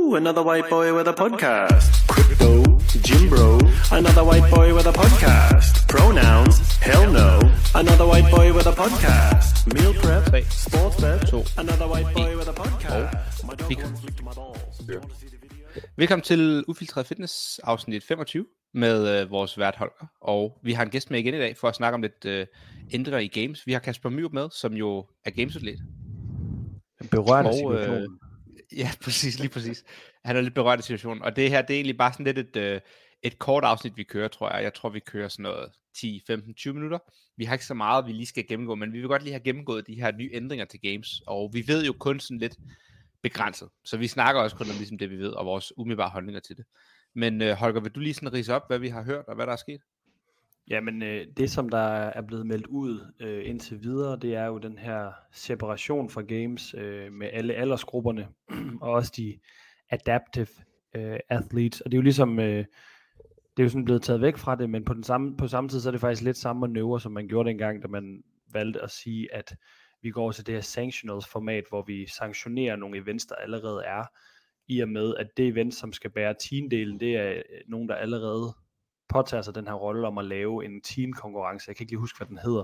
Another white boy with a podcast. Crypto, Jim Bro. Another white boy with a podcast. Pronouns, hell no. Another white boy with a podcast. Meal prep, sports bet. Another white boy with a podcast. My dog wants to lick my balls. Velkommen til Ufiltreret Fitness afsnit 25 med vores vært Holger. Og vi har en gæst med igen i dag for at snakke om lidt ændringer i games. Vi har Kasper Myrup med, som jo er gamesatlet. Berørt af situationen. Ja, præcis, lige præcis. Han er lidt berørt af situationen. Og det her, det er egentlig bare sådan lidt et kort afsnit, vi kører, tror jeg. Jeg tror, vi kører sådan noget 10, 15, 20 minutter. Vi har ikke så meget, vi lige skal gennemgå, men vi vil godt lige have gennemgået de her nye ændringer til games. Og vi ved jo kun sådan lidt begrænset. Så vi snakker også kun om ligesom det, vi ved, og vores umiddelbare holdninger til det. Men Holger, vil du lige sådan ridse op, hvad vi har hørt, og hvad der er sket? Jamen, det som der er blevet meldt ud indtil videre, det er jo den her separation fra games med alle aldersgrupperne, og også de adaptive athletes. Og det er jo ligesom, det er jo sådan blevet taget væk fra det, men på samme tid, så er det faktisk lidt samme manøvre, som man gjorde dengang, da man valgte at sige, at vi går til det her sanctionals format, hvor vi sanktionerer nogle events, der allerede er, i og med, at det event, som skal bære teamdelen, det er nogen, der allerede påtager sig den her rolle om at lave en teamkonkurrence. Jeg kan ikke lige huske, hvad den hedder.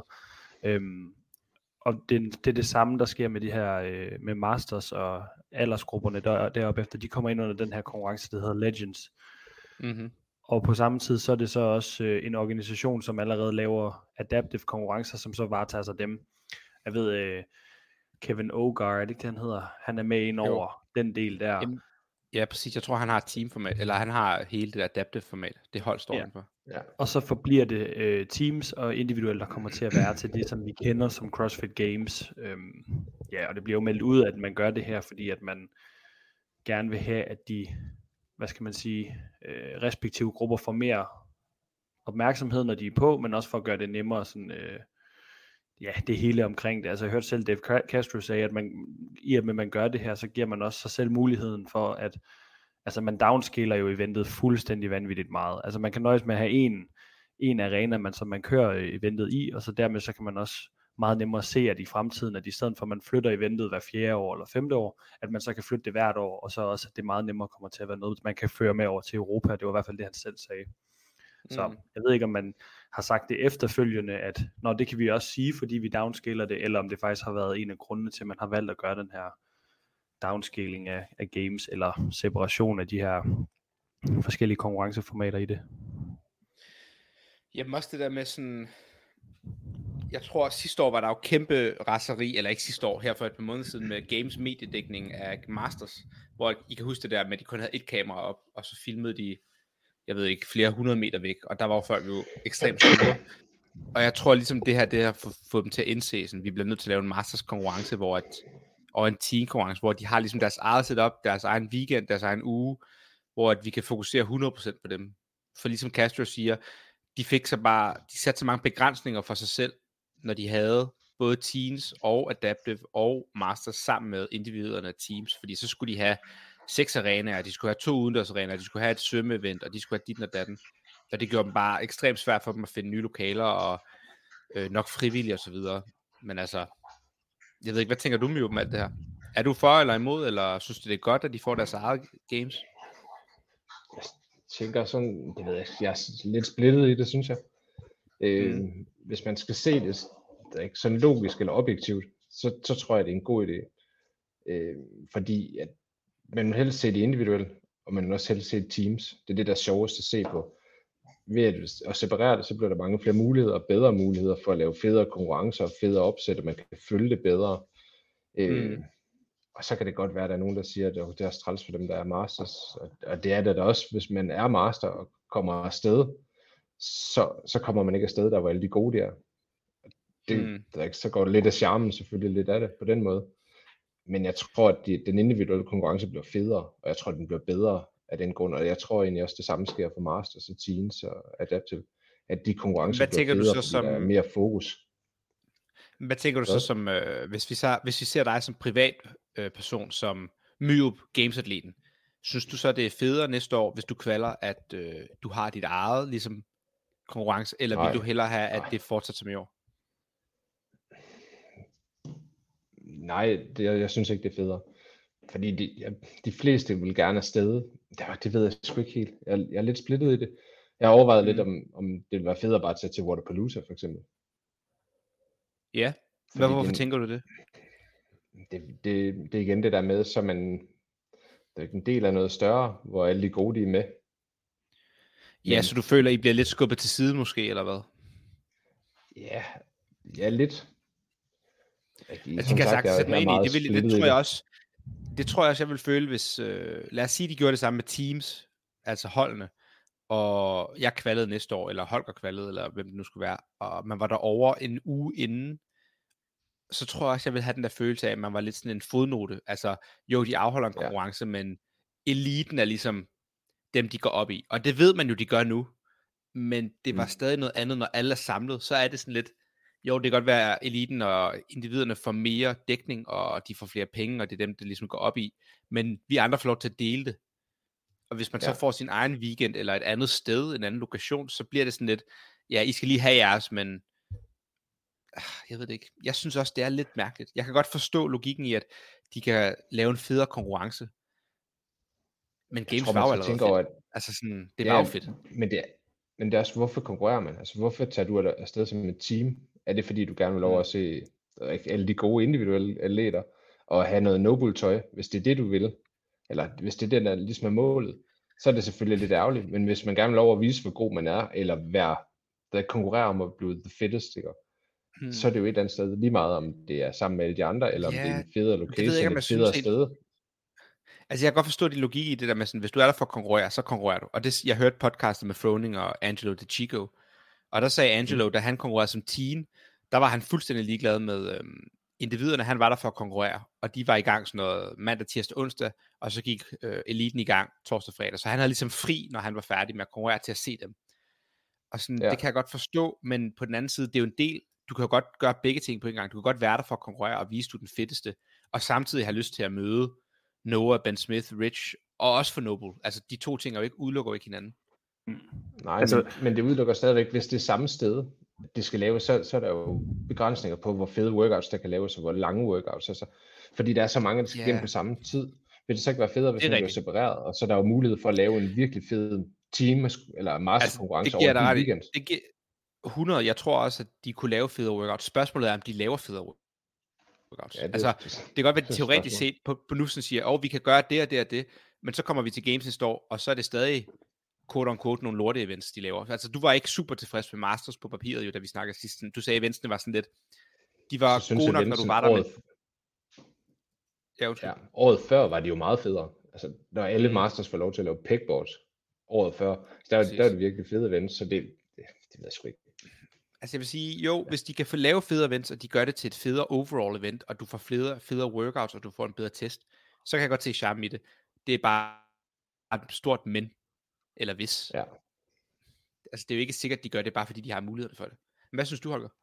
Og det er det samme, der sker med de her med Masters og aldersgrupperne deroppe efter. De kommer ind under den her konkurrence, der hedder Legends. Mm-hmm. Og på samme tid, så er det så også en organisation, som allerede laver adaptive konkurrencer, som så varetager sig dem. Jeg ved, Kevin Ogar, er det ikke, han hedder? Han er med ind over den del der. Ja, præcis. Jeg tror, han har et teamformat, eller han har hele det adaptive format. Det hold står han for. Ja. Og så forbliver det teams og individuelt, der kommer til at være til det, som vi kender som CrossFit Games. Ja, og det bliver jo meldt ud, at man gør det her, fordi at man gerne vil have, at de, hvad skal man sige, respektive grupper får mere opmærksomhed, når de er på, men også for at gøre det nemmere sådan... Ja, det hele omkring det. Altså jeg hørte selv Dave Castro sige, at i og med man gør det her, så giver man også sig selv muligheden for, at altså man downscaler jo eventet fuldstændig vanvittigt meget. Altså man kan nøjes med at have en arena, som man kører eventet i, og så dermed så kan man også meget nemmere se, at i fremtiden, at i stedet for at man flytter eventet hver 4. år eller 5. år, at man så kan flytte det hvert år, og så også, at det meget nemmere kommer til at være noget, man kan føre med over til Europa. Det var i hvert fald det, han selv sagde. Så jeg ved ikke, om man har sagt det efterfølgende, at det kan vi også sige, fordi vi downscaler det, eller om det faktisk har været en af grundene til, at man har valgt at gøre den her downscaling af games, eller separation af de her forskellige konkurrenceformater i det. Jamen også det der med sådan, jeg tror sidste år var der jo kæmpe raseri, eller ikke sidste år, her for et par måneder siden, med games mediedækning af Masters, hvor I kan huske det der med, at de kun havde et kamera op, og så filmede de, jeg ved ikke, flere 100 meter væk, og der var jo folk jo ekstremt store. Og jeg tror ligesom det har fået dem til at indse, sådan, vi bliver nødt til at lave en Masters konkurrence, og en team konkurrence, hvor de har ligesom deres eget setup, deres egen weekend, deres egen uge, hvor at vi kan fokusere 100% på dem. For ligesom Castro siger, de satte så mange begrænsninger for sig selv, når de havde både teams og adaptive og Masters sammen med individuerne af teams, fordi så skulle de have 6 arenaer, de skulle have 2 udendørsarenaer, de skulle have et svømmeevent, og de skulle have dit og datten. Og det gjorde dem bare ekstremt svært for dem at finde nye lokaler, og nok frivillige og så videre. Men altså, jeg ved ikke, hvad tænker du, Myrup, om alt det her? Er du for eller imod, eller synes du, det er godt, at de får deres eget games? Jeg tænker sådan, det ved jeg er lidt splittet i det, synes jeg. Hvis man skal se det ikke sådan logisk eller objektivt, så tror jeg, det er en god idé. Fordi at man vil helst se det individuelt, og man vil også helst se det teams. Det er det, der er sjovest at se på. Ved at separere det, så bliver der mange flere muligheder, og bedre muligheder for at lave federe konkurrencer og federe opsæt, og man kan følge det bedre. Og så kan det godt være, at der er nogen, der siger, at det er træls for dem, der er masters. Og det er det da også, hvis man er master og kommer afsted, så kommer man ikke afsted, der hvor alle de gode der. Så går det lidt af charmen, selvfølgelig lidt af det på den måde. Men jeg tror, at den individuelle konkurrence bliver federe, og jeg tror, at den bliver bedre af den grund, og jeg tror egentlig også, det samme sker for Masters og Teens og Adaptive, at de konkurrencer bliver federe, fordi der er mere fokus. Hvad tænker du så som, hvis vi ser dig som privat person, som Myrup gamesatleten, synes du så, det er federe næste år, hvis du kvalder, at du har dit eget ligesom konkurrence, eller vil du hellere have, at det fortsætter som i år? Nej, jeg synes ikke, det er federe. Fordi de fleste vil gerne afsted. Det ved jeg sgu ikke helt. Jeg er lidt splittet i det. Jeg har overvejet lidt, om det ville være federe bare at tage til Wodapalooza, for eksempel. Ja, hvorfor tænker du det? Det er igen det der med, så man er en del af noget større, hvor alle de gode, de er med. Ja, så du føler, I bliver lidt skubbet til side måske, eller hvad? Ja, lidt. Altså, de kan sagtens sætte mig ind i. Det tror jeg også, jeg vil føle, hvis... lad os sige, de gjorde det samme med teams, altså holdene, og jeg kvalede næste år, eller Holger kvalede, eller hvem det nu skulle være, og man var der over en uge inden, så tror jeg også, jeg vil have den der følelse af, at man var lidt sådan en fodnote. Altså, jo, de afholder en konkurrence, men eliten er ligesom dem, de går op i. Og det ved man jo, de gør nu, men det var stadig noget andet, når alle er samlet, så er det sådan lidt, jo, det kan godt være, at eliten og individerne får mere dækning, og de får flere penge, og det er dem, der ligesom går op i, men vi andre får lov til at dele det. Og hvis man så får sin egen weekend, eller et andet sted, en anden lokation, så bliver det sådan lidt, ja, I skal lige have jeres, men jeg ved det ikke. Jeg synes også, det er lidt mærkeligt. Jeg kan godt forstå logikken i, at de kan lave en federe konkurrence, men games var jo allerede fedt. Altså sådan, det var jo fedt. Men det er også, hvorfor konkurrerer man? Altså, hvorfor tager du afsted som et team? Er det fordi, du gerne vil lov at se alle de gode individuelle atleter, og have noget Noble-tøj, hvis det er det, du vil? Eller hvis det er det, der ligesom er målet, så er det selvfølgelig lidt ærgerligt. Men hvis man gerne vil lov at vise, hvor god man er, eller der konkurrerer om at blive the fittest, ikke? Så er det jo et eller andet sted lige meget, om det er sammen med alle de andre, eller om det er en federe location, et federe sted. Altså jeg kan godt forstå din logik i det der med sådan, hvis du er der for at konkurrere, så konkurrerer du. Og det, jeg hørte podcastet med Froning og Angelo DeChico, og der sagde Angelo, da han konkurrerede som teen, der var han fuldstændig ligeglad med individerne, han var der for at konkurrere, og de var i gang sådan noget mandag, tirsdag, onsdag, og så gik eliten i gang torsdag, fredag, så han havde ligesom fri, når han var færdig med at konkurrere, til at se dem. Og sådan, det kan jeg godt forstå, men på den anden side, det er jo en del, du kan jo godt gøre begge ting på en gang, du kan godt være der for at konkurrere og vise, du er den fedeste, og samtidig have lyst til at møde Noah, Ben Smith, Rich, og også for Noble. Altså de to ting udelukker ikke hinanden. Nej, altså, men det udelukker stadigvæk, hvis det er samme sted, det skal laves, så er der jo begrænsninger på, hvor fede workouts der kan laves, og hvor lange workouts. Altså, fordi der er så mange, der skal igennem på samme tid. Vil det så ikke være federe, hvis man bliver separeret, og så er der jo mulighed for at lave en virkelig fed team, eller masterkonkurrence over en weekend. Det giver 100, jeg tror også, at de kunne lave federe workouts. Spørgsmålet er, om de laver federe workouts. Ja, det kan godt være, at teoretisk set på nussen siger, vi kan gøre det og det og det, men så kommer vi til Games næste år, og så er det stadig quote on quote nogle lorte events, de laver. Altså, du var ikke super tilfreds med Masters på papiret, jo, da vi snakkede sidst. Du sagde, at eventsene var sådan lidt, de var gode nok, når du var der med. Ja, året før var de jo meget federe. Altså, når alle Masters får lov til at lave pegboards året før, så der er det virkelig fede events, så det ved jeg sgu ikke. Altså jeg vil sige, hvis de kan få lave federe events, og de gør det til et federe overall event, og du får federe workouts, og du får en bedre test, så kan jeg godt se charmen i det. Det er bare et stort men, eller hvis. Ja. Altså det er jo ikke sikkert, at de gør det, bare fordi de har mulighed for det. Men hvad synes du, Holger?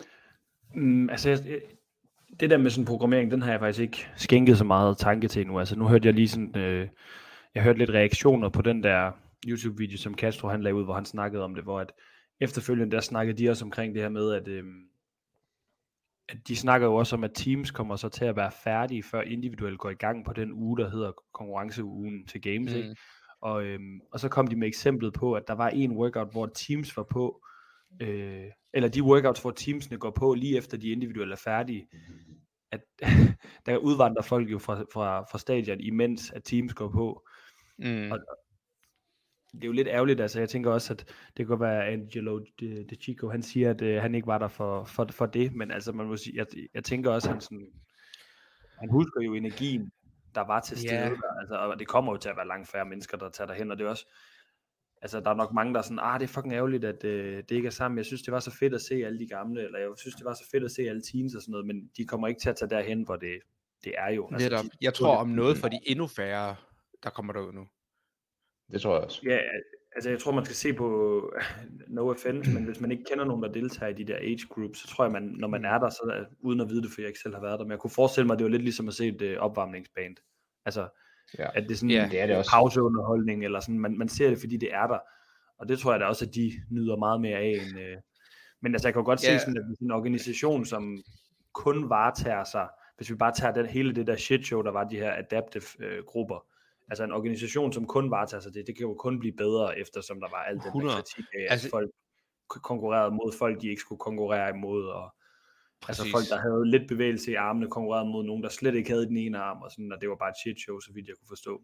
Det der med sådan programmering, den har jeg faktisk ikke skænket så meget tanke til nu. Altså nu hørte jeg lige sådan, jeg hørte lidt reaktioner på den der YouTube-video, som Castro han lavede ud, hvor han snakkede om det, hvor at efterfølgende der snakkede de også omkring det her med, at de snakker jo også om, at teams kommer så til at være færdige, før individuelt går i gang på den uge, der hedder konkurrenceugen til games, ikke? Og så kom de med eksemplet på, at der var en workout, hvor teams var på, eller de workouts, hvor teamsene går på, lige efter de individuelle er færdige, at der udvandrer folk jo fra stadion, imens at teams går på. Og det er jo lidt ærgerligt, altså jeg tænker også, at det kan være Angelo DeChico, han siger, at han ikke var der for det, men altså man må sige, jeg tænker også, at han husker jo energien, der var til stede, altså, og det kommer jo til at være langt færre mennesker, der tager derhen, og det er også, altså der er nok mange, der er sådan, det er fucking ærgerligt, at det ikke er sammen, jeg synes, det var så fedt at se alle de gamle, eller jeg synes, det var så fedt at se alle teams og sådan noget, men de kommer ikke til at tage derhen, hvor det er jo. Altså, jeg tror om noget for de endnu færre, der kommer der ud nu. Det tror jeg også. Ja, altså jeg tror, man skal se på, no offense, men hvis man ikke kender nogen, der deltager i de der age groups, så tror jeg, når man er der, så uden at vide det, for jeg ikke selv har været der, men jeg kunne forestille mig, at det var lidt ligesom at se et opvarmningsband. Altså, at det er sådan det er det også. Pauseunderholdning, eller sådan, man ser det, fordi det er der. Og det tror jeg da også, at de nyder meget mere af. Men altså, jeg kan godt se sådan, at en organisation, som kun varetager sig, hvis vi bare tager hele det der shit show, der var de her adaptive grupper, altså en organisation, som kun varetager sig det kan jo kun blive bedre, eftersom der var alt den der kritik af, at folk konkurrerede mod folk, de ikke skulle konkurrere imod, og altså folk, der havde lidt bevægelse i armene, konkurrerede mod nogen, der slet ikke havde den ene arm, og sådan, og det var bare et shit show, så vidt jeg kunne forstå.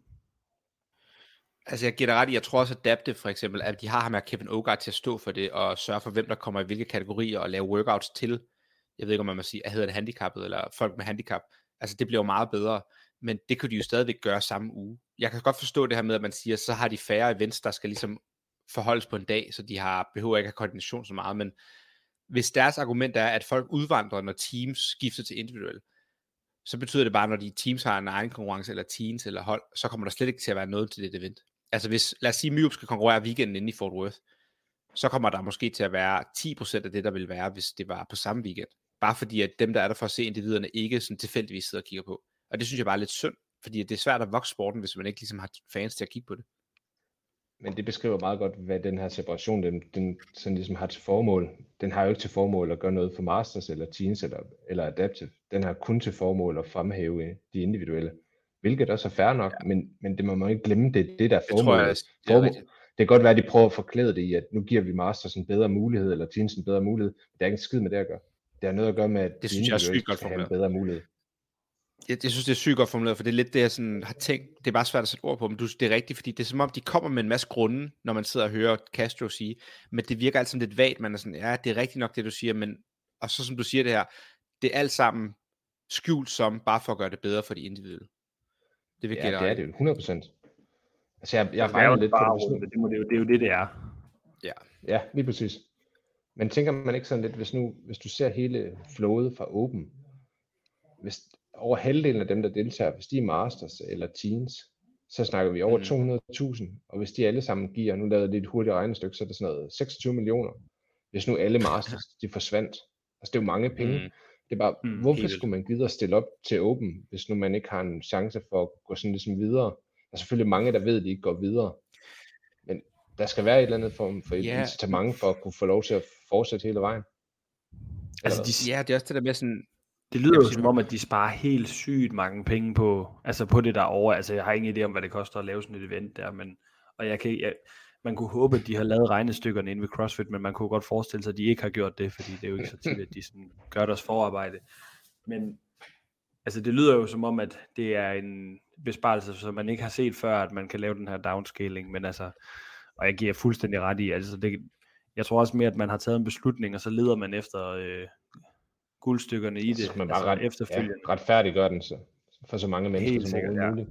Altså jeg giver dig ret i, jeg tror også, at Adaptive for eksempel, at de har ham her Kevin Ogard til at stå for det, og sørge for, hvem der kommer i hvilke kategorier, og lave workouts til, jeg ved ikke, om man må sige, at hedder det handicappet, eller folk med handicap. Altså det bliver jo meget bedre, men det kunne de jo stadigvæk gøre samme uge. Jeg kan godt forstå det her med, at man siger, så har de færre events, der skal ligesom forholdes på en dag, så de behøver ikke at have koordination så meget, men hvis deres argument er, at folk udvandrer, når teams skifter til individuelle, så betyder det bare, når de teams har en egen konkurrence, eller teams, eller hold, så kommer der slet ikke til at være noget til det event. Altså hvis, lad os sige, Myrup skal konkurrere weekenden inde i Fort Worth, så kommer der måske til at være 10% af det, der vil være, hvis det var på samme weekend. Bare fordi, at dem, der er der for at se individerne, ikke sådan tilfældigvis sidder og kigger på. Og det synes jeg bare er lidt synd, fordi det er svært at vokse sporten, hvis man ikke ligesom har fans til at kigge på det. Men det beskriver meget godt, hvad den her separation, den sådan ligesom har til formål. Den har jo ikke til formål at gøre noget for Masters, eller Teens, eller Adaptive. Den har kun til formål at fremhæve de individuelle. Hvilket også er fair nok, men det må man ikke glemme, det der er formålet. Det kan godt være, at de prøver at forklæde det i, at nu giver vi Masters en bedre mulighed, eller Teens en bedre mulighed. Det er ikke en skid med det at gøre. Det har noget at gøre med, at det synes jeg er sygt godt skal have en bedre mulighed. Jeg synes, det er sygt godt formuleret, for det er lidt det, jeg sådan har tænkt. Det er bare svært at sætte ord på, men det er rigtigt, fordi det er som om, de kommer med en masse grunde, når man sidder og hører Castro sige, men det virker altid lidt vagt. Man er sådan, ja, det er rigtigt nok, det du siger, men, og så som du siger det her, det er alt sammen skjult som, bare for at gøre det bedre for de individuelle. Det vil det er det jo 100%. Altså, jeg regner lidt på det. Det er jo det er. Ja, lige præcis. Men tænker man ikke sådan lidt, hvis du ser hele flowet fra Open, hvis over halvdelen af dem, der deltager, hvis de er Masters eller Teens, så snakker vi over 200.000, og hvis de alle sammen giver, nu lavede jeg et hurtigt regnestykke, så er det sådan noget 26 millioner. Hvis nu alle Masters, de forsvandt. Altså det er jo mange penge. Det er bare, hvorfor skulle man gide at stille op til Open, hvis nu man ikke har en chance for at gå sådan ligesom videre? Der er selvfølgelig mange, der ved, at de ikke går videre. Men der skal være et eller andet form for incitament for at kunne få lov til at fortsætte hele vejen. Altså det er også det der med sådan... Det lyder jo som om, at de sparer helt sygt mange penge på det derovre. Altså jeg har ingen idé om, hvad det koster at lave sådan et event der, men man kunne håbe, at de har lavet regnestykkerne inde ved CrossFit, men man kunne godt forestille sig, at de ikke har gjort det, fordi det er jo ikke så tit, at de sådan gør deres forarbejde. Men altså det lyder jo som om, at det er en besparelse, som man ikke har set før, at man kan lave den her downscaling, men altså, og jeg giver fuldstændig ret i, altså jeg tror også mere, at man har taget en beslutning, og så leder man efter guldstykkerne i det, så man bare efterfølgende. Retfærdiggør den så, for så mange mennesker som overhovedet muligt.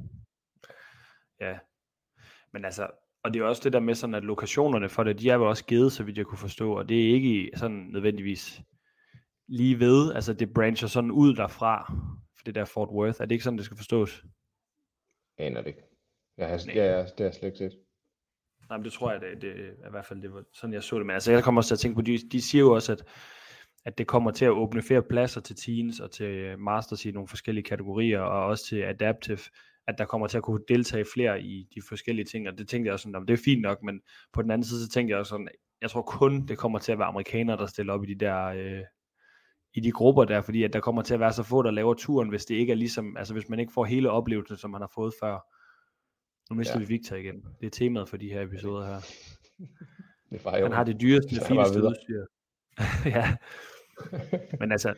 Ja, men altså, og det er også det der med sådan, at lokationerne for det, de er jo også givet, så vidt jeg kunne forstå, og det er ikke sådan nødvendigvis lige ved, altså det brancher sådan ud derfra, for det der Fort Worth, er det ikke sådan, det skal forstås? Aner det ikke. Det har jeg slet ikke set. Nej, men det tror jeg, det er i hvert fald det var sådan, jeg så det, men altså jeg kommer også til at tænke på, de siger jo også, at det kommer til at åbne flere pladser til teens og til masters i nogle forskellige kategorier, og også til adaptive, at der kommer til at kunne deltage flere i de forskellige ting, og det tænkte jeg også sådan, det er fint nok, men på den anden side, så tænkte jeg også sådan, jeg tror kun, det kommer til at være amerikanere, der stiller op i de der, i de grupper der, fordi at der kommer til at være så få, der laver turen, hvis det ikke er ligesom, altså hvis man ikke får hele oplevelsen, som man har fået før. Nu mister vi Victor igen. Det er temaet for de her episoder her. Han har det dyreste, fineste udstyr. Ja. Men altså,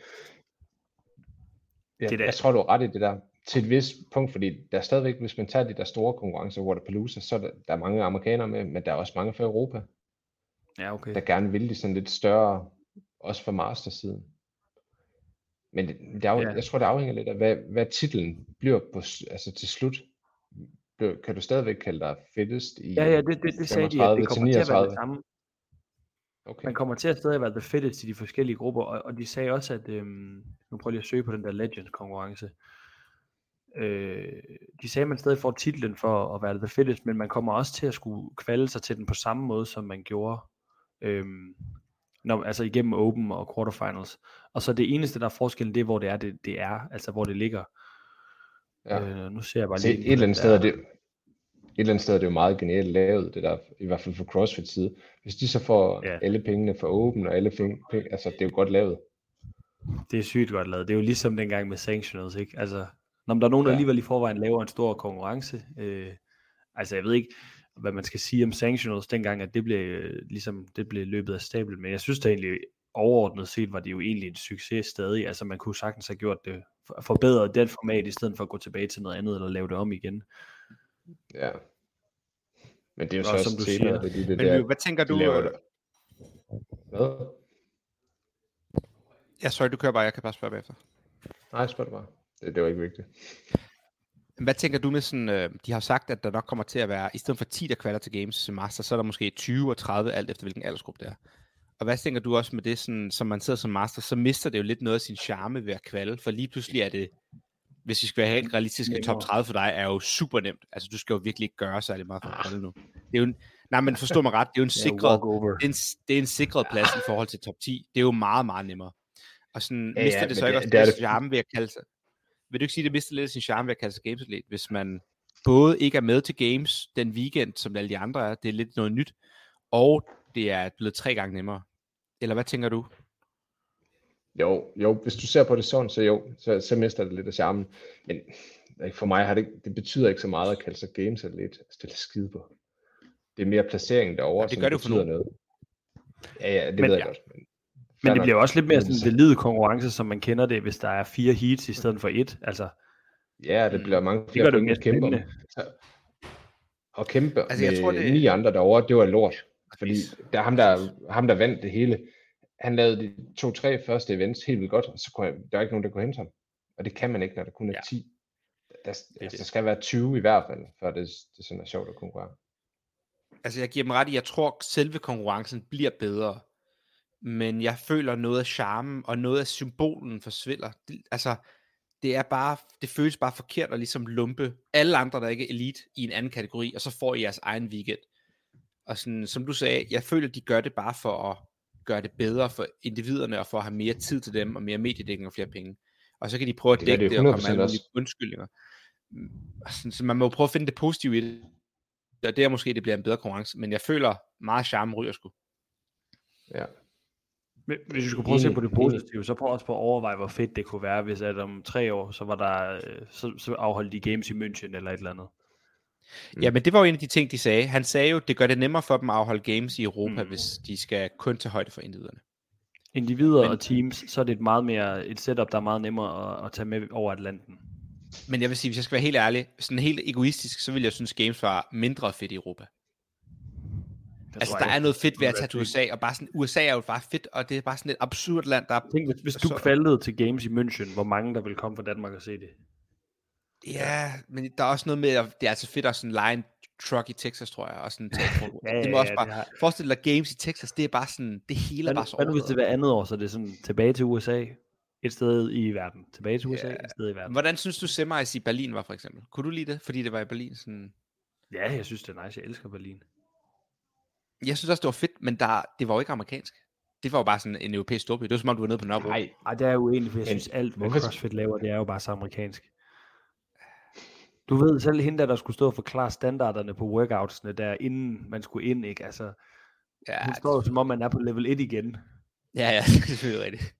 jeg tror, du er ret i det der. Til et vist punkt, fordi der er stadigvæk, hvis man tager de der store konkurrencer, Wodapalooza, så der er mange amerikanere med, men der er også mange fra Europa. Ja, okay. Der gerne vil de sådan lidt større, også fra mastersiden. Men jeg tror, det afhænger lidt af, hvad titlen bliver på, altså til slut. Kan du stadigvæk kalde dig fittest i det sagde de, at det kommer til at være det samme. Okay. Man kommer til at stadig være the fittest i de forskellige grupper, og de sagde også, at nu prøver jeg at søge på den der Legends konkurrence. De sagde, at man stadig får titlen for at være the fittest, men man kommer også til at skulle kvalde sig til den på samme måde, som man gjorde altså igennem Open og Quarterfinals. Og så det eneste, der er forskellen, det er, hvor det er, altså hvor det ligger. Ja. Nu ser jeg bare lige et eller andet sted er det jo meget genialt lavet, det der, i hvert fald fra CrossFit side. Hvis de så får alle pengene for Open og alle penge, altså det er jo godt lavet. Det er sygt godt lavet. Det er jo ligesom dengang med sanctionals, ikke? Altså, når der er nogen, der alligevel i forvejen laver en stor konkurrence. Altså, jeg ved ikke, hvad man skal sige om sanctionals dengang, at det blev løbet af stablen. Men jeg synes da egentlig, overordnet set, var det jo egentlig en succes stadig. Altså, man kunne sagtens have gjort det, forbedret den format, i stedet for at gå tilbage til noget andet, eller lave det om igen. Ja. Men det er jo så også senere, det men der, hvad tænker du? Hvad? Ja, sorry, du kører bare. Jeg kan bare spørge bagefter. Nej, spørg det bare. Det var ikke vigtigt. Hvad tænker du med sådan, de har sagt, at der nok kommer til at være, i stedet for 10, der kvalder til Games Master, så er der måske 20 og 30, alt efter hvilken aldersgruppe det er. Og hvad tænker du også med det, sådan, som man sidder som Master, så mister det jo lidt noget af sin charme ved at kvalde, for lige pludselig er det, hvis vi skal være helt realistisk, at top 30 for dig er jo super nemt. Altså, du skal jo virkelig ikke gøre særlig meget for at kvalde nu. Det er jo nej, men forstå mig ret, det er jo en sikret, det er en sikret plads i forhold til top 10. Det er jo meget, meget nemmere. Og sådan, mister det så ikke også sin charme ved at kalde sig? Vil du ikke sige, det mister lidt af sin charme ved at kalde sig Games Athlete, hvis man både ikke er med til Games den weekend, som alle de andre er, det er lidt noget nyt, og det er blevet 3 gange nemmere? Eller hvad tænker du? Jo, hvis du ser på det sådan, så mister det lidt af charmen. Men for mig har det betyder ikke så meget at kalde sig Games Athlete, at stille skide på. Det er mere placeringen derovre, det gør det betyder noget. Ja, det men, ved jeg godt. Men det bliver også lidt mere sådan en valid konkurrence, som man kender det, hvis der er 4 heats i stedet for 1. Altså, ja, det bliver mange flere penge at kæmpe om. Og kæmpe altså, med jeg tror, 9 andre derovre, det var lort. Fordi der er ham, der vandt det hele. Han lavede de 2-3 første events helt vildt godt, og så der er ikke nogen, der kunne hente ham. Og det kan man ikke, når der kun er 10. Der skal være 20 i hvert fald, før det sådan er sjovt at konkurrere. Altså jeg giver dem ret i, jeg tror selve konkurrencen bliver bedre. Men jeg føler noget af charmen og noget af symbolen forsvinder. Det føles bare forkert at ligesom lumpe alle andre, der ikke er elite, i en anden kategori, og så får I jeres egen weekend. Og sådan, som du sagde, jeg føler, de gør det bare for at gøre det bedre for individerne, og for at have mere tid til dem, og mere mediedækning og flere penge. Og så kan de prøve at dække det og komme med alle mulige undskyldninger. Så man må prøve at finde det positive i det, og det er måske, det bliver en bedre konkurrence, men jeg føler meget charme ryger sgu. Ja. Hvis du skulle prøve at se på det positive, så prøv også på at overveje, hvor fedt det kunne være, hvis at om 3 år, så var der så afholdt de games i München eller et eller andet. Ja, men det var jo en af de ting, de sagde. Han sagde jo, det gør det nemmere for dem at afholde games i Europa, hvis de skal kun tage højde for individerne. Individer og teams, så er det et setup, der er meget nemmere at tage med over Atlanten. Men jeg vil sige, hvis jeg skal være helt ærlig, sådan helt egoistisk, så vil jeg synes, games var mindre fedt i Europa. Altså, der er noget fedt ved at tage til USA, og bare sådan, USA er jo bare fedt, og det er bare sådan et absurd land, der er... Tænk, hvis du kvalede til games i München, hvor mange der vil komme fra Danmark og se det? Ja, men der er også noget med, at det er altså fedt at sådan lege en truck i Texas, tror jeg, og sådan tage det må også bare... Forestil dig games i Texas, det er bare sådan, det hele er bare så overfladet. Hvad nu hvis det hver andet år, så det er sådan tilbage til USA, et sted i verden, tilbage til USA, et sted i verden. Hvordan synes du Semis i Berlin var, for eksempel? Kunne du lide det, fordi det var i Berlin? Sådan... Ja, jeg synes det er nice, jeg elsker Berlin. Jeg synes også, det var fedt, men det var jo ikke amerikansk. Det var jo bare sådan en europæisk storby. Det var som om, du var nede på Nørrebro. Nej, det er jo egentlig, for jeg synes alt, hvad CrossFit laver, det er jo bare så amerikansk. Du ved selv hende, der skulle stå og forklare standarderne på workoutsene, der inden man skulle ind, ikke? Altså, hun står jo som om, man er på level 1 igen. Ja, det er selvfølgelig rigtigt.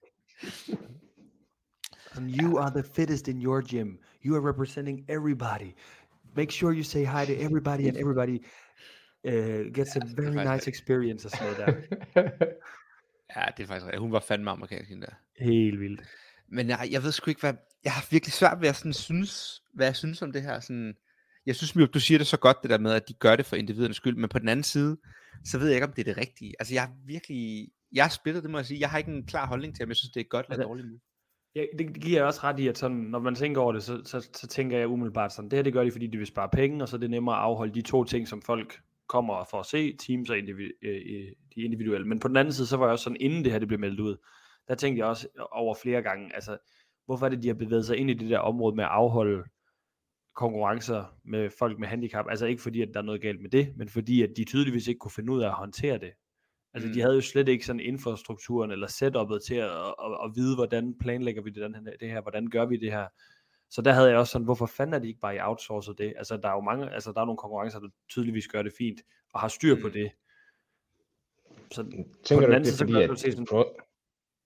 You are the fittest in your gym. You are representing everybody. Make sure you say hi to everybody, and everybody gets a very nice experience og sådan noget der. Ja, det er faktisk rigtigt. Hun var fandme amerikansk hende der. Helt vildt. Men jeg ved sgu ikke, jeg har virkelig svært ved at sådan synes, hvad jeg synes om det her. Sådan, jeg synes, du siger det så godt, det der med, at de gør det for individernes skyld, men på den anden side, så ved jeg ikke, om det er det rigtige. Altså, jeg har splittet, det må jeg sige. Jeg har ikke en klar holdning til, om jeg synes, det er godt eller dårligt nu. Ja, det giver jeg også ret i, at sådan, når man tænker over det, så tænker jeg umiddelbart sådan, det gør de, fordi de vil spare penge, og så er det nemmere at afholde de 2 ting, som folk kommer for at se, teams og de individuelle. Men på den anden side, så var jeg også sådan, inden det her det blev meldt ud, der tænkte jeg også over flere gange, altså, hvorfor er det, de har bevæget sig ind i det der område med at afholde konkurrencer med folk med handicap? Altså ikke fordi, at der er noget galt med det, men fordi, at de tydeligvis ikke kunne finde ud af at håndtere det. Altså de havde jo slet ikke sådan infrastrukturen eller setupet til at vide, hvordan planlægger vi det her, hvordan gør vi det her. Så der havde jeg også sådan, hvorfor fanden er de ikke bare i outsourcet det? Altså der er jo mange, altså der er nogle konkurrencer, der tydeligvis gør det fint, og har styr på det. Så tænker på den du anden side, så kan du se sådan...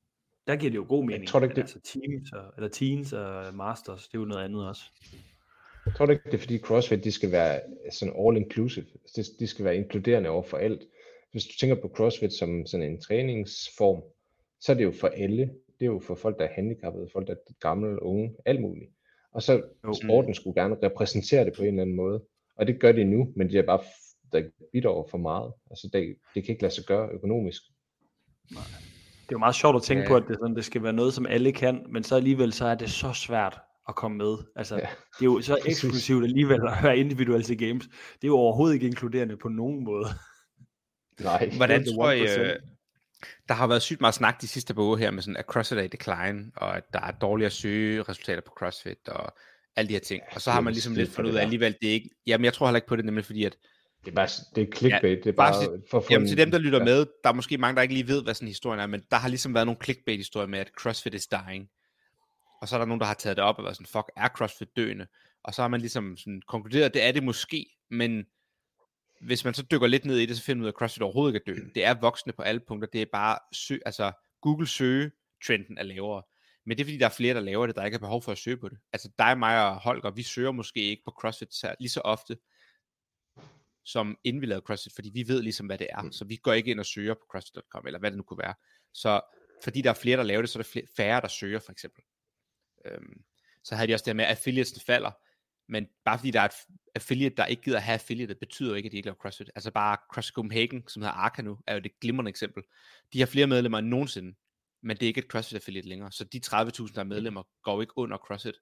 der giver det jo god mening. Jeg tror ikke, altså teens og masters, det er jo noget andet også. Jeg tror ikke, det er fordi CrossFit, de skal være sådan all-inclusive. De skal være inkluderende over for alt. Hvis du tænker på CrossFit som sådan en træningsform, så er det jo for alle. Det er jo for folk, der er handicappede, folk, der er gamle, unge, alt muligt. Og så sporten skulle gerne repræsentere det på en eller anden måde. Og det gør de nu, men det er bare, der bidrager for meget. Altså det kan ikke lade sig gøre økonomisk. Nej. Det er jo meget sjovt at tænke på, at det skal være noget, som alle kan, men så alligevel så er det så svært at komme med. Altså, det er jo så eksklusivt alligevel at være individuelt til games. Det er jo overhovedet ikke inkluderende på nogen måde. Nej. Hvordan tror I, der har været sygt meget snak de sidste par uger her med sådan, at CrossFit er i decline, og at der er dårligere søgeresultater på CrossFit, og alle de her ting. Og så har man ligesom lidt fundet ud af alligevel, det er ikke, jamen jeg tror heller ikke på det, nemlig fordi at det er clickbait, det er bare for at få jamen til dem, der lytter med, der er måske mange, der ikke lige ved, hvad sådan historien er, men der har ligesom været nogle clickbait-historier med, at CrossFit is dying. Og så er der nogen, der har taget det op og været sådan, fuck, er CrossFit døende? Og så har man ligesom sådan konkluderet, at det er det måske, men hvis man så dykker lidt ned i det, så finder man ud af, at CrossFit overhovedet ikke er døende. Det er voksende på alle punkter, det er bare, altså Google søgetrenden er lavere. Men det er fordi, der er flere, der laver det, der ikke har behov for at søge på det. Altså dig, mig og Holger, vi søger måske ikke på CrossFit lige så ofte, som inden vi lavede CrossFit, fordi vi ved ligesom, hvad det er. Så vi går ikke ind og søger på CrossFit.com, eller hvad det nu kunne være. Så fordi der er flere, der laver det, så er der færre, der søger, for eksempel. Så havde de også det med, at affiliatesen falder. Men bare fordi der er et affiliate, der ikke gider at have affiliate, det betyder jo ikke, at de ikke laver CrossFit. Altså bare CrossFit Copenhagen, som hedder Arca nu, er jo det glimrende eksempel. De har flere medlemmer end nogensinde, men det er ikke et CrossFit affiliate længere. Så de 30.000, der er medlemmer, går ikke under CrossFit.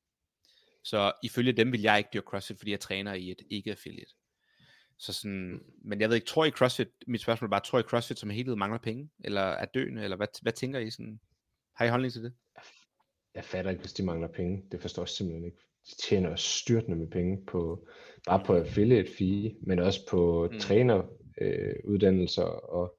Så ifølge dem vil jeg ikke dyrke CrossFit, fordi jeg træner i et ikke-affiliate. Så sådan, men jeg ved ikke, tror I CrossFit, mit spørgsmål er bare, tror I CrossFit som helhed mangler penge, eller er døende, eller hvad tænker I sådan? Har I holdning til det? Jeg fatter ikke, hvis de mangler penge. Det forstår jeg simpelthen ikke. De tjener styrtende med penge bare på affiliate fee, men også på træneruddannelser og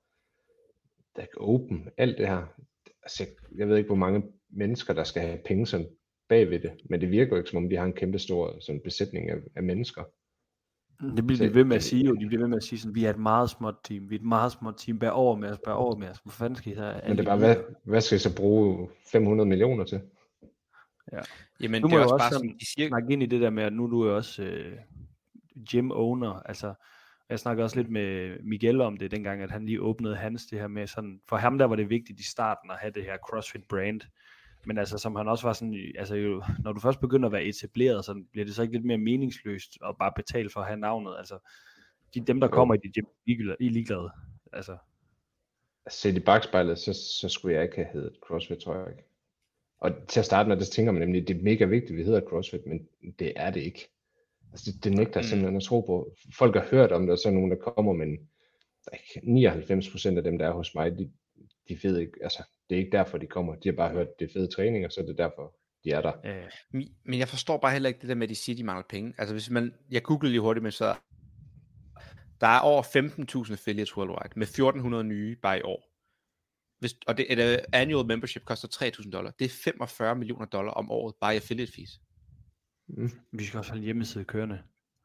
open, alt det her. Altså, jeg ved ikke, hvor mange mennesker, der skal have penge sådan bagved det, men det virker jo ikke, som om de har en kæmpe stor sådan besætning af mennesker. Det bliver de ved med at sige, de bliver ved med at sige sådan, vi er et meget småt team, vi er et meget småt team, bær over med os, hvor fanden skal I så? Men det er bare, hvad skal I så bruge 500 millioner til? Ja. Jamen, du det er må også bare sådan, de siger... snakke ind i det der med, at nu du er også gym owner, altså, jeg snakkede også lidt med Miguel om det, dengang, at han lige åbnede hans det her med sådan, for ham der var det vigtigt i starten at have det her CrossFit brand, men altså som han også var sådan, altså jo, når du først begynder at være etableret, så bliver det så ikke lidt mere meningsløst at bare betale for at have navnet, altså dem der kommer i de gym, I er ligeglade, altså. Set i bagspejlet, så skulle jeg ikke have heddet CrossFit, tror jeg ikke. Og til at starte med, der tænker man nemlig, det er mega vigtigt, at vi hedder CrossFit, men det er det ikke. Altså det nægter simpelthen at tro på. Folk har hørt om det, og så er nogen, der kommer, men 99% af dem, der er hos mig, de ved ikke, altså det er ikke derfor, de kommer. De har bare hørt, det er fede træninger, så det er derfor, de er der. Men jeg forstår bare heller ikke det der med, at de siger, de mangler penge. Altså hvis jeg googlede lige hurtigt, men så der er over 15.000 affiliates worldwide, med 1.400 nye bare i år. Og det et annual membership koster $3,000. Det er $45 millioner om året bare i affiliate fees. Vi skal også have en hjemmeside kørende.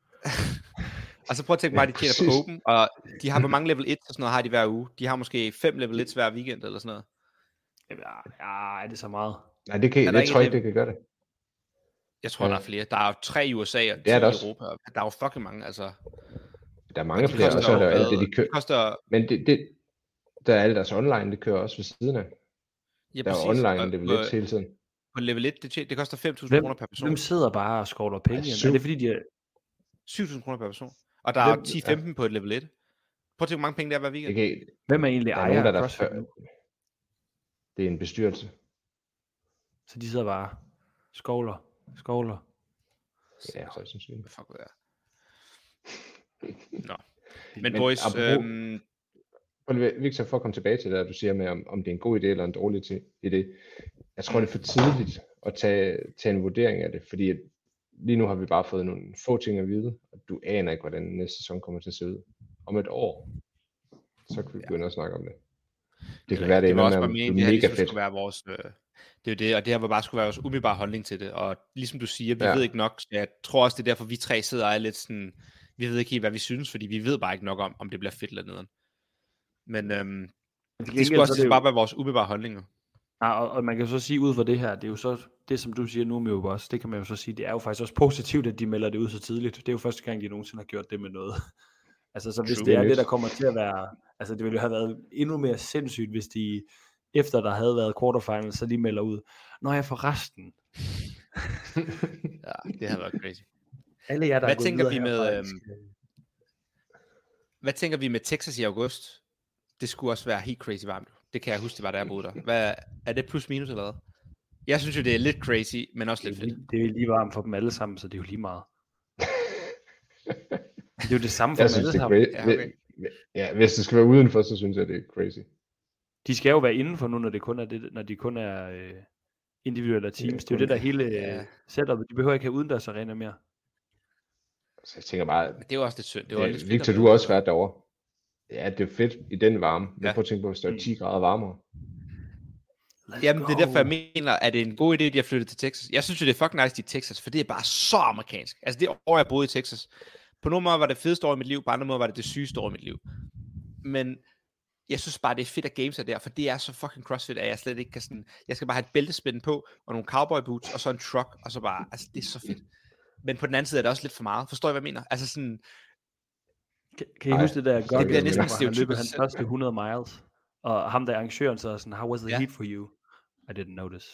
Og så prøv at tænke mig, at de tjener på Open, og de har hvor mange level 1 og sådan noget har de hver uge. De har måske 5 level 1 hver weekend eller sådan noget. Ja, er det så meget? Nej, det kan, jeg tror ikke, det kan gøre det. Jeg tror, der er flere. Der er jo 3 i USA og 10 i Europa. Der er jo fucking mange, altså. Der er mange flere, og så er der jo alt det, de kører. Men der er alt deres online, det kører også ved siden af. Ja, der er online level 1 hele tiden. På level 1, det koster 5.000 kroner per person. Hvem sidder bare og skovler penge? Er det fordi, de er... 7.000 kroner per person. Og der er 10-15 på et level 1. Prøv at tænke, hvor mange penge der er hver weekend. Okay. Hvem er egentlig ejer af CrossFit? Det er en bestyrelse. Så de sidder bare skovler. Ja, så synes jeg. Fuck, hvad er. Nå. Men boys... Victor, for at komme tilbage til det, du siger med, om det er en god idé eller en dårlig idé. Jeg tror, det er for tidligt at tage en vurdering af det, fordi at lige nu har vi bare fået nogle få ting at vide, og du aner ikke, hvordan næste sæson kommer til at se ud. Om et år, så kan vi begynde at snakke om det. Det kan være, det ender med mega fedt. Det er jo det, og det her var bare skulle være vores umiddelbare holdning til det, og ligesom du siger, vi ved ikke nok, jeg tror også, det er derfor, vi tre sidder og er lidt sådan, vi ved ikke helt, hvad vi synes, fordi vi ved bare ikke nok om det bliver fedt eller nederen. Men det skulle også bare være vores umiddelbare holdninger. Og man kan så sige ud fra det her, det er jo så, det som du siger nu med jo også, det kan man jo så sige, det er jo faktisk også positivt, at de melder det ud så tidligt. Det er jo første gang, de nogensinde har gjort det med noget. Altså, så hvis det er det, der kommer til at være, altså det ville jo have været endnu mere sindssygt, hvis de, efter der havde været quarterfinals, så lige melder ud, når jeg for resten. Ja, det har været crazy. Alle jer, der Hvad tænker vi med, hvad tænker vi med Texas i august? Det skulle også være helt crazy varmt. Det kan jeg huske, det var der jeg boede der. Er det plus minus eller hvad? Jeg synes jo, det er lidt crazy, men også lidt fedt. Det er lige varmt for dem alle sammen, så det er jo lige meget. Det er jo det samme for dem alle sammen. Ja, hvis det skal være udenfor, så synes jeg, det er crazy. De skal jo være indenfor nu, når de kun er individuelle teams. Det er jo det der hele setupet. De behøver ikke have udendørs arena mere. Så jeg tænker bare, men det er jo også lidt synd. Det var lidt Victor, du har også været derovre. Ja, det er fedt i den varme. Men prøv at tænke på, hvis det er 10 grader varmere. Jamen, det er derfor, jeg mener, at det er en god idé, at de har flyttet til Texas. Jeg synes jo, det er fucking nice, de er Texas, for det er bare så amerikansk. Altså, det år, jeg boede i Texas, på nogle måder var det fedeste år i mit liv, på andre måder var det sygeste år i mit liv. Men jeg synes bare, det er fedt, at games er der, for det er så fucking CrossFit, at jeg slet ikke kan sådan, jeg skal bare have et bæltespænd på, og nogle cowboy boots, og så en truck, og så bare, altså, det er så fedt. Men på den anden side er det også lidt for meget. Forstår I, hvad jeg mener? Altså sådan... Kan I huske det der godt? Det bliver næsten han løb hans første 100 miles, og ham der arrangøren så sådan, how was the heat for you? I didn't notice.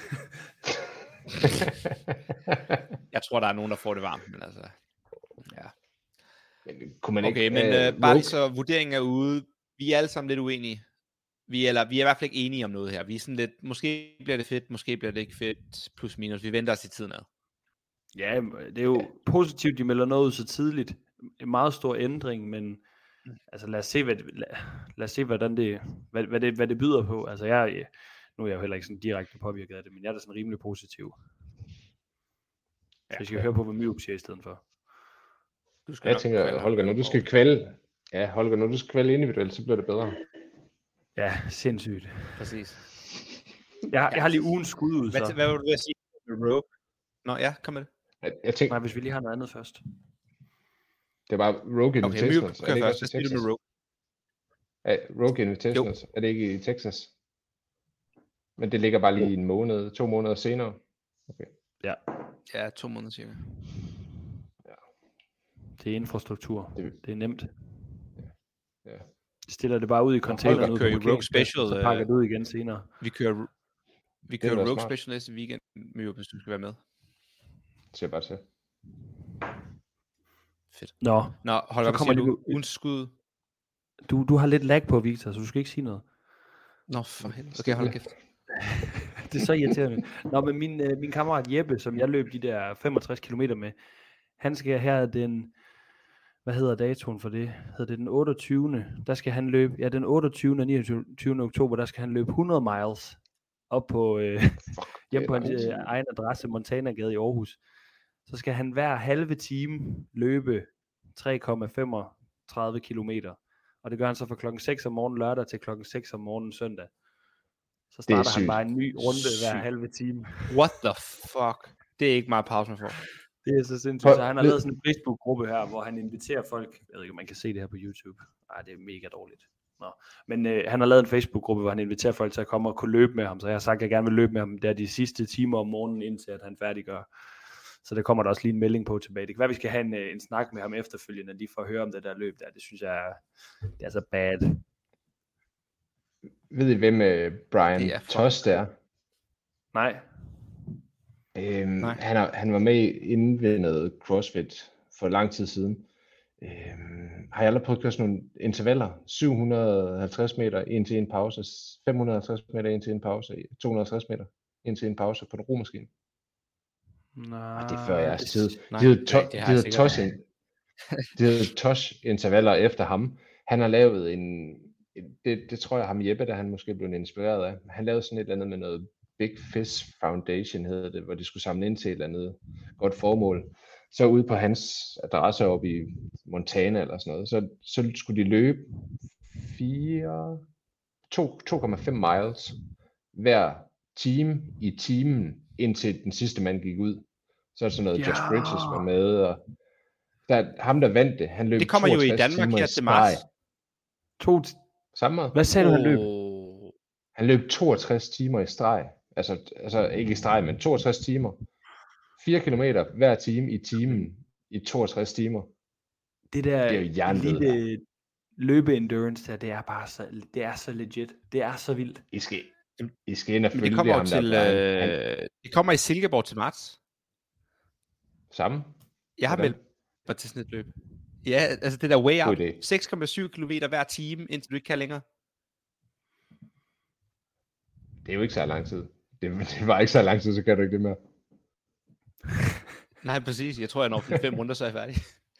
Jeg tror, der er nogen, der får det varmt, men altså... Ja. Kunne man ikke, okay, men bare lige så vurderingen er ude. Vi er alle sammen lidt uenige. Vi er i hvert fald ikke enige om noget her. Vi er sådan lidt, måske bliver det fedt, måske bliver det ikke fedt, plus minus. Vi venter os i tiden ad. Ja, det er jo positivt, de melder noget ud så tidligt. En meget stor ændring, men altså lad os se, hvordan hvad det byder på. Altså nu er jeg jo heller ikke sådan direkte påvirket af det, men jeg er da sådan rimelig positiv. Så jeg skal høre på, hvad Myrup siger i stedet for. Jeg tænker, Holger, når du skal kvalde individuelt, så bliver det bedre. Ja, sindssygt. Præcis. Jeg har lige ugens skud ud, så. Hvad vil du sige med Rogue? Nå ja, kom med det. Jeg tænker, nej, hvis vi lige har noget andet først. Det er bare Rogue Invitationals. Okay, først. Hvad siger du med Rogue? Rogue Invitationals, er det ikke i Texas? Men det ligger bare lige 2 måneder senere. Okay. Ja, 2 måneder cirka. Ja. Det er infrastruktur. Det er nemt. Ja. De stiller det bare ud i containeren ud på Rogue Special, så pakker det ud igen senere. Vi kører Rogue Special næste weekend, hvis du skal være med. Det ser bare til. Fedt. Nå Holger, hvad siger du? Ugens skud? Du har lidt lag på, Victor, så du skal ikke sige noget. Nå, for helvede. Okay, hold kæft. Det er så irriterende. Nå, men min kammerat Jeppe, som jeg løb de der 65 kilometer med, han skal her den, hvad hedder datoen for det? Hedder det den 28. Der skal han løbe, den 28. og 29. oktober, der skal han løbe 100 miles op på, hjemme på hans egen adresse, Montanagade i Aarhus. Så skal han hver halve time løbe 3,35 kilometer. Og det gør han så fra klokken 6 om morgenen lørdag til klokken 6 om morgenen søndag. Så starter han bare en ny runde hver halve time. What the fuck? Det er ikke meget pause, man får. Det er så sindssygt. Så han har lavet sådan en Facebook-gruppe her, hvor han inviterer folk. Jeg ved ikke, om man kan se det her på YouTube. Nej, det er mega dårligt. Nå. Men han har lavet en Facebook-gruppe, hvor han inviterer folk til at komme og kunne løbe med ham. Så jeg har sagt, at jeg gerne vil løbe med ham der de sidste timer om morgenen, indtil at han færdiggør. Så der kommer der også lige en melding på tilbage. Det kan være, vi skal have en snak med ham efterfølgende, lige for at høre om det der løb der. Det synes jeg, det er så bad. Ved I, hvem Brian Tost er? Nej. Nej. Han var med inden ved noget CrossFit for lang tid siden. Har jeg aldrig prøvet at køre sådan nogle intervaller? 750 meter ind til en pause, 550 meter ind til en pause, 250 meter ind til en pause på en romaskine. Nej. Det er før jeres tid. De hedder Tosh intervaller efter ham. Han har lavet det tror jeg ham Jeppe, der han måske blev inspireret af. Han lavede sådan et eller andet med noget Big Fish Foundation hedder det, hvor de skulle samle ind til et eller andet godt formål. Så ude på hans adresse oppe i Montana eller sådan noget, så skulle de løbe 2,5 miles hver time i timen, indtil den sidste mand gik ud. Så er det sådan noget, Josh Bridges var med, og ham der vandt det, han løb 62 timer. Det kommer jo i Danmark her til marts. Hvad sagde du, han løb? Han løb 62 timer i streg. Altså ikke i streg, men 62 timer. 4 kilometer hver time i timen i 62 timer. Det der Det er jo hjernedød. lille løbe-endurance der, det er bare så legit. Det er så vildt. I skal ind og Men følge det kommer ham til, det kommer i Silkeborg til marts. Sammen? Jeg har Hvordan? meldt mig til sådan et løb. Ja, altså det der way God up. idé. 6,7 km hver time, indtil du ikke kan længere. Det er jo ikke så lang tid. Det var ikke så lang tid, så kan du ikke det mere. Nej, præcis. Jeg tror, jeg når 5 runder, så er jeg færdig.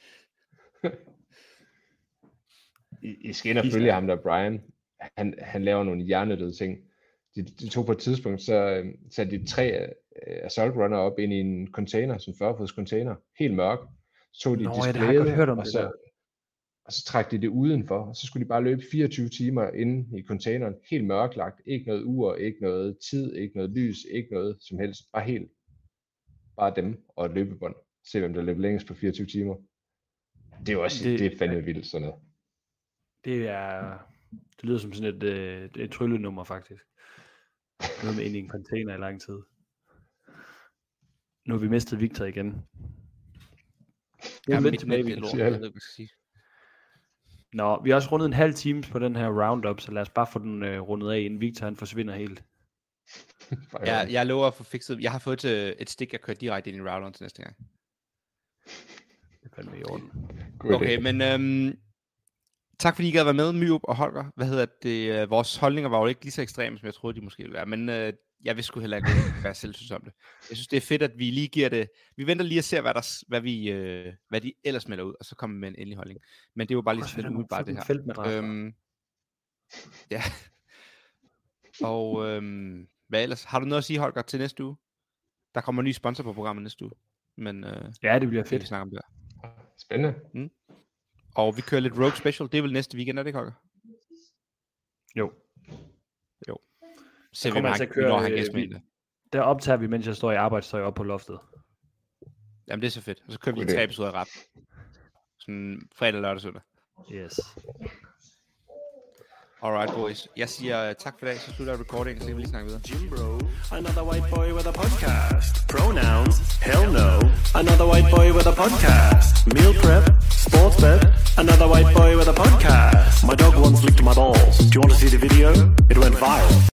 I skal ind og følge ham der, Brian. Han laver nogle hjernedøde ting. De tog på et tidspunkt, så satte de 3 assault runner op ind i en container, sådan 40-fods container, helt mørk. Så tog de displayet, og så trak de det udenfor, og så skulle de bare løbe 24 timer inde i containeren, helt mørklagt, ikke noget ur, ikke noget tid, ikke noget lys, ikke noget som helst, bare dem og et løbebånd. Se hvem der løber længst på 24 timer. Det er jo også, det er fandme vildt sådan noget. Det lyder som sådan et tryllenummer faktisk. Noget med ind i en container i lang tid. Nu har vi mistet Victor igen. Ja, lidt tilbage, Nå, vi har også rundet en halv time på den her roundup, så lad os bare få den rundet af, inden Victor han forsvinder helt. Ja, jeg lover at få fikset. Jeg har fået et stik, jeg kører direkte ind i rounderen til næste gang. Det fandt vi i orden. Okay, men tak fordi I gad være med, Myrup og Holger. Vores holdninger var jo ikke lige så ekstreme, som jeg troede, de måske ville være, men jeg vil sgu heller ikke være selvsynsk om det. Jeg synes, det er fedt, at vi lige giver det. Vi venter lige og ser, hvad de ellers melder ud, og så kommer med en endelig holdning. Men det er jo bare lige så fedt umiddelbart det her. Ja. Og hvad ellers? Har du noget at sige, Holger, til næste uge? Der kommer en ny sponsor på programmet næste uge. Men, ja, det bliver fedt. Vi snakker om det her. Spændende. Og vi kører lidt Rogue Special. Det er vel næste weekend, er det ikke, Holger? Jo. Så vi altså køre, der optager vi, mens jeg står i arbejdstøj oppe på loftet. Jamen det er så fedt. Og så kører vi 3 episoder rap. Sådan fredag, lørdag, søndag. Yes. Alright, boys. Jeg siger tak for i dag, så slutter jeg recording, så kan vi lige snakke videre. Jimbro, another white boy with a podcast. Pronouns, hell no. Another white boy with a podcast. Meal prep, sports bet, another white boy with a podcast. My dog once licked my balls. Do you want to see the video? It went viral.